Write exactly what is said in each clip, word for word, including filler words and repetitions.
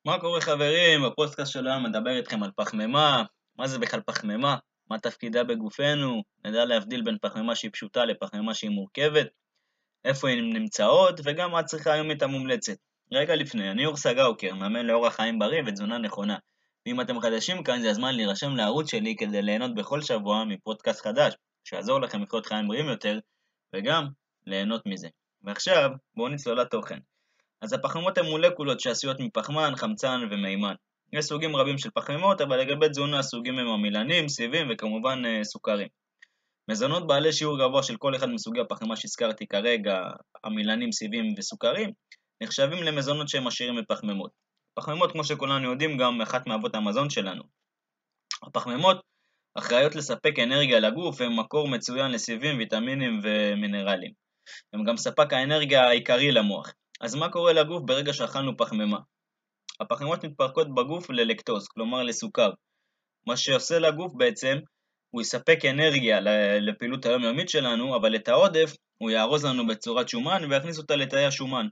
מה קורה חברים? בפודקאסט של היום מדבר איתכם על פחמימה. מה זה בכלל פחמימה? מה תפקידה בגופנו? נדע להבדיל בין פחמימה שהיא פשוטה לפחמימה שהיא מורכבת, איפה הן נמצאות וגם מה צריכה היום את המומלצת. רגע לפני, אני אור סגאוקר, מאמן לאורח חיים בריא ותזונה נכונה. ואם אתם חדשים כאן זה הזמן להירשם לערוץ שלי כדי ליהנות בכל שבוע מפודקאסט חדש שיעזור לכם לחיות חיים בריאים יותר וגם ליהנות מזה. ועכשיו בואו נצלול לתוכן. אז הפחמימות הן מולקולות שעשויות מפחמן, חמצן ומימן. יש סוגים רבים של פחמימות, אבל לגבי תזונה הסוגים הם עמילנים, סיבים וכמובן אה, סוכרים. מזונות בעלי שיעור גבוה של כל אחד מסוגי הפחמימה שהזכרתי כרגע, עמילנים, סיבים וסוכרים, נחשבים למזונות שהם עשירים מפחמימות. פחמימות, כמו שכולנו יודעים, גם אחת מאבות המזון שלנו. הפחמימות אחראיות לספק אנרגיה לגוף, והן מקור מצוין לסיבים, ויטמינים ומינרלים. הם גם ספק האנרגיה העיקרי למוח. אז מה קורה לגוף ברגע שאכלנו פחמימה? הפחמימות מתפרקות בגוף ללקטוז, כלומר לסוכר. מה שעושה לגוף בעצם, הוא יספק אנרגיה לפעילות היומיומית שלנו, אבל את העודף הוא יארוז לנו בצורת שומן ויכניס אותה לתאי השומן.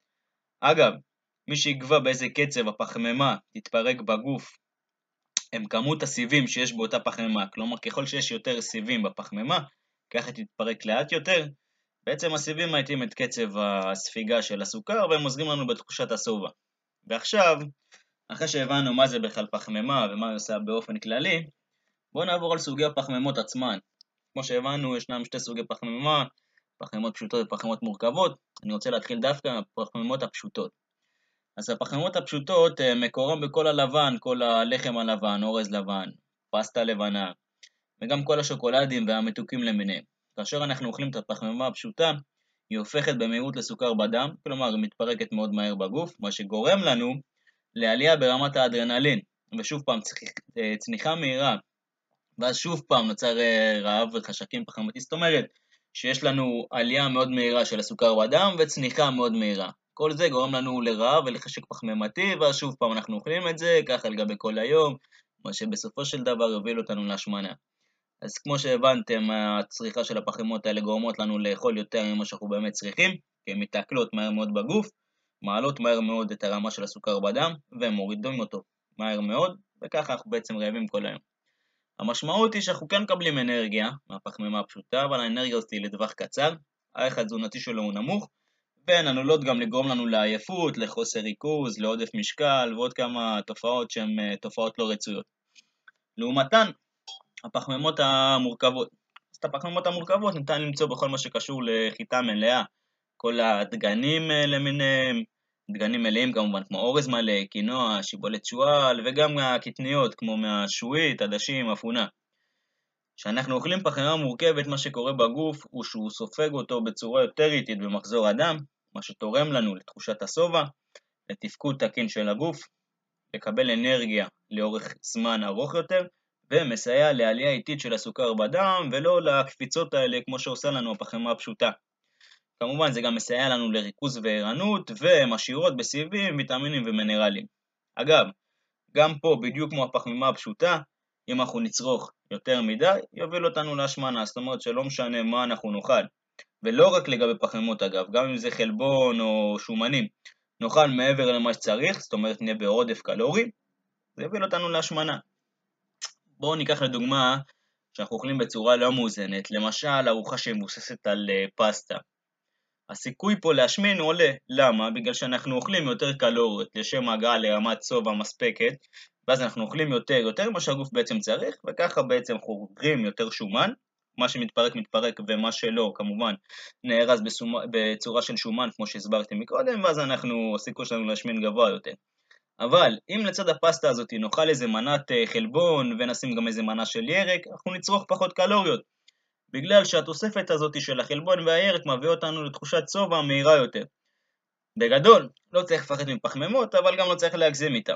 אגב, מי שיקבע באיזה קצב הפחמימה תתפרק בגוף, הם כמות הסיבים שיש באותה פחמימה. כלומר, ככל שיש יותר סיבים בפחמימה, ככה תתפרק לאט יותר. בעצם הסיבים מאיטים את קצב הספיגה של הסוכר והם עוזרים לנו בתחושת השובע. ועכשיו, אחרי שהבנו מה זה בכלל פחמימה ומה היא עושה באופן כללי, בואו נעבור על סוגי הפחמימות עצמן. כמו שהבנו, ישנם שתי סוגי פחמימה, פחמימות פשוטות ופחמימות מורכבות. אני רוצה להתחיל דווקא מהפחמימות הפשוטות. אז הפחמימות הפשוטות מקורם בכל הלבן, כל הלחם הלבן, אורז לבן, פסטה לבנה, וגם כל השוקולדים והמתוקים למיניהם. כאשר אנחנו אוכלים את הפחמימה הפשוטה, היא הופכת במהירות לסוכר בדם, כלומר היא מתפרקת מאוד מהר בגוף, מה שגורם לנו לעלייה ברמת האדרנלין, ושוב פעם צניחה מהירה, ואז שוב פעם נוצר רעב וחשקים פחמימתי, זאת אומרת שיש לנו עלייה מאוד מהירה של הסוכר בדם וצניחה מאוד מהירה. כל זה גורם לנו לרעב ולחשק פחמימתי, ואז שוב פעם אנחנו אוכלים את זה, ככה על גבי כל היום, מה שבסופו של דבר יוביל אותנו להשמנה. אז כמו שהבנתם, הצריכה של הפחמימות האלה גורמות לנו לאכול יותר ממה שאנחנו באמת צריכים, כי הן מתעכלות מהר מאוד בגוף, מעלות מהר מאוד את הרמה של הסוכר בדם, ומורידים אותו מהר מאוד, וככה אנחנו בעצם רעבים כל היום. המשמעות היא שאנחנו כן מקבלים אנרגיה מהפחמימה הפשוטה, אבל האנרגיה הזאת היא לטווח קצר, הערך התזונתי שלו הוא נמוך, והן עלולות גם לגרום לנו לעייפות, לחוסר ריכוז, לעודף משקל, ועוד כמה תופעות שהן תופעות לא רצויות. לעומתן, הפחמימות המורכבות. אז את הפחמימות המורכבות ניתן למצוא בכל מה שקשור לחיטה מלאה, כל הדגנים למיניהם, דגנים מלאים כמובן, כמו אורז מלא, קינוע, שיבולת שועל, וגם הקטניות, כמו מהשועית, עדשים, אפונה. כשאנחנו אוכלים פחמימה מורכבת, מה שקורה בגוף הוא שהוא סופג אותו בצורה יותר איטית במחזור הדם, מה שתורם לנו לתחושת השובע, לתפקוד תקין של הגוף, לקבל אנרגיה לאורך זמן ארוך יותר, ומסייע לעלייה איטית של הסוכר בדם, ולא לקפיצות האלה כמו שעושה לנו הפחמימה הפשוטה. כמובן זה גם מסייע לנו לריכוז וערנות, ומשאירות בסיבים, ויטמינים ומינרלים. אגב, גם פה בדיוק כמו הפחמימה הפשוטה, אם אנחנו נצרוך יותר מדי, יוביל אותנו להשמנה, זאת אומרת שלא משנה מה אנחנו נאכל. ולא רק לגבי פחמימות אגב, גם אם זה חלבון או שומנים, נאכל מעבר למה שצריך, זאת אומרת נהיה בעודף קלורי, זה יוביל אותנו להשמנה. בואו ניקח לדוגמה שאנחנו אוכלים בצורה לא מאוזנת, למשל ארוחה שמבוססת על פסטה. הסיכוי פה להשמין עולה. למה? בגלל שאנחנו אוכלים יותר קלוריות לשם הגעה לרמת שובע מספקת, ואז אנחנו אוכלים יותר, יותר מה שהגוף בעצם צריך, וככה בעצם אנחנו אוכלים יותר שומן, מה שמתפרק מתפרק ומה שלא כמובן נארז בצורה של שומן כמו שהסברתי מקודם, ואז אנחנו, הסיכוי שלנו להשמין גבוה יותר. אבל אם לצד הפסטה הזאת נאכל איזה מנת חלבון ונשים גם איזה מנה של ירק, אנחנו נצרוך פחות קלוריות. בגלל שהתוספת הזאת של החלבון והירק מביא אותנו לתחושת שובע מהירה יותר. בגדול, לא צריך לפחד מפחמימות, אבל גם לא צריך להגזים איתם.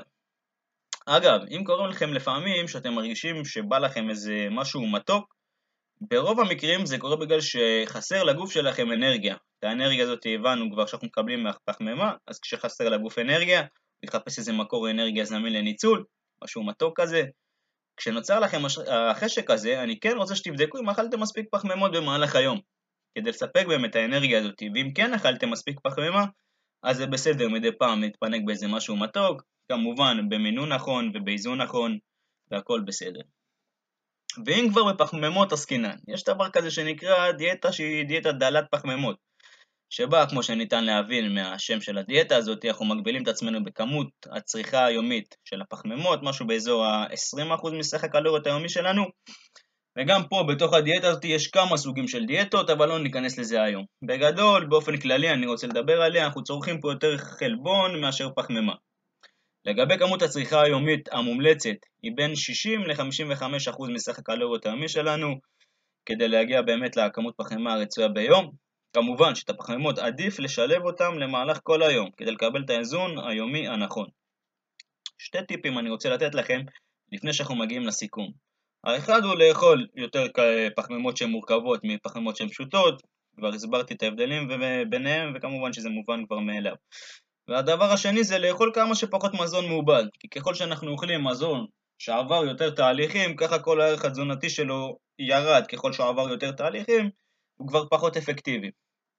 אגב, אם קוראים לכם לפעמים שאתם מרגישים שבא לכם איזה משהו מתוק, ברוב המקרים זה קורה בגלל שחסר לגוף שלכם אנרגיה. את האנרגיה הזאת הבנו כבר שאנחנו מקבלים מהפחמימה, אז כשחסר לגוף אנרגיה, לחפש איזה מקור אנרגיה זמין לניצול, משהו מתוק כזה. כשנוצר לכם החשק הזה, אני כן רוצה שתבדקו אם אכלתם מספיק פחמימות במהלך היום, כדי לספק באמת האנרגיה הזאת, ואם כן אכלתם מספיק פחמימה, אז זה בסדר מדי פעם להתפנק באיזה משהו מתוק, כמובן במינון נכון ובאיזון נכון, והכל בסדר. ואם כבר בפחמימות עסקינן, יש דבר כזה שנקרא דיאטה שהיא דיאטה דלת פחמימות, שבה, כמו שניתן להבין מהשם של הדיאטה הזאת, אנחנו מגבילים את עצמנו בכמות הצריכה היומית של הפחמימות, משהו באזור ה-עשרים אחוז מסך הקלוריות היומי שלנו, וגם פה בתוך הדיאטה הזאת יש כמה סוגים של דיאטות, אבל לא ניכנס לזה היום. בגדול, באופן כללי אני רוצה לדבר עליה, אנחנו צורכים פה יותר חלבון מאשר פחמימה. לגבי כמות הצריכה היומית המומלצת, היא בין שישים ל-חמישים וחמישה אחוז מסך הקלוריות היומי שלנו, כדי להגיע באמת לכמות פחמימה הרצויה ביום. כמובן שאת הפחמימות עדיף לשלב אותם למהלך כל היום, כדי לקבל את האיזון היומי הנכון. שתי טיפים אני רוצה לתת לכם, לפני שאנחנו מגיעים לסיכום. האחד הוא לאכול יותר פחמימות שהן מורכבות מפחמימות שהן פשוטות, כבר הסברתי את ההבדלים ביניהם, וכמובן שזה מובן כבר מאליו. והדבר השני זה לאכול כמה שפחות מזון מעובד, כי ככל שאנחנו אוכלים מזון שעבר יותר תהליכים, ככה כל הערך התזונתי שלו ירד, ככל שהוא עבר יותר תהליכים, הוא כבר פחות אפקטיבי.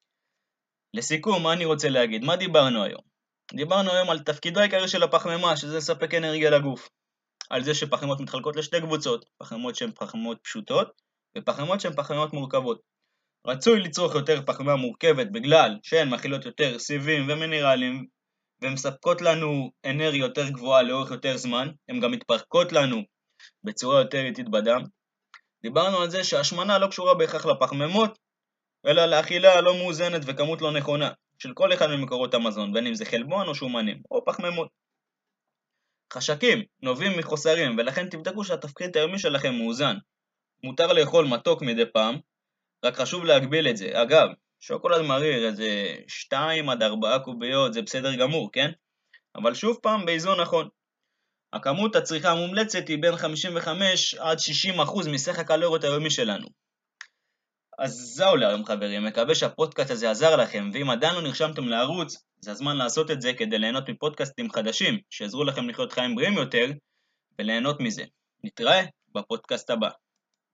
לסיכום, מה אני רוצה להגיד? מה דיברנו היום? דיברנו היום על תפקידו העיקרי של הפחמימה, שזה לספק אנרגיה לגוף. על זה שפחמימות מתחלקות לשתי קבוצות, פחמימות שהן פחמימות פשוטות, ופחמימות שהן פחמימות מורכבות. רצוי לצרוך יותר פחמימה מורכבת בגלל שהן מכילות יותר סיבים ומינרלים, והן מספקות לנו אנרגיה יותר גבוהה לאורך יותר זמן, הן גם מתפרקות לנו בצורה יותר איטית בדם. דיברנו על זה שהשמנה לא קשורה בהכרח לפחמימות, אלא לאכילה לא מאוזנת וכמות לא נכונה של כל אחד ממקורות המזון, בין אם זה חלבון או שומנים או פחמימות. חשקים נובעים מחוסרים, ולכן תבדקו שהתפקיד היומי שלכם מאוזן. מותר לאכול מתוק מדי פעם, רק חשוב להגביל את זה. אגב, שוקולד מריר, איזה שתיים עד ארבע קוביות, זה בסדר גמור, כן? אבל שוב פעם, באיזון נכון. הכמות הצריכה המומלצת היא בין חמישים וחמישה עד שישים אחוז מסך הקלוריות היומי שלנו. אז זהו להיום חברים, מקווה שהפודקאסט הזה עזר לכם, ואם עדיין לא נרשמתם לערוץ, זה הזמן לעשות את זה כדי ליהנות מפודקאסטים חדשים, שיעזרו לכם לחיות חיים בריאים יותר, וליהנות מזה. נתראה בפודקאסט הבא.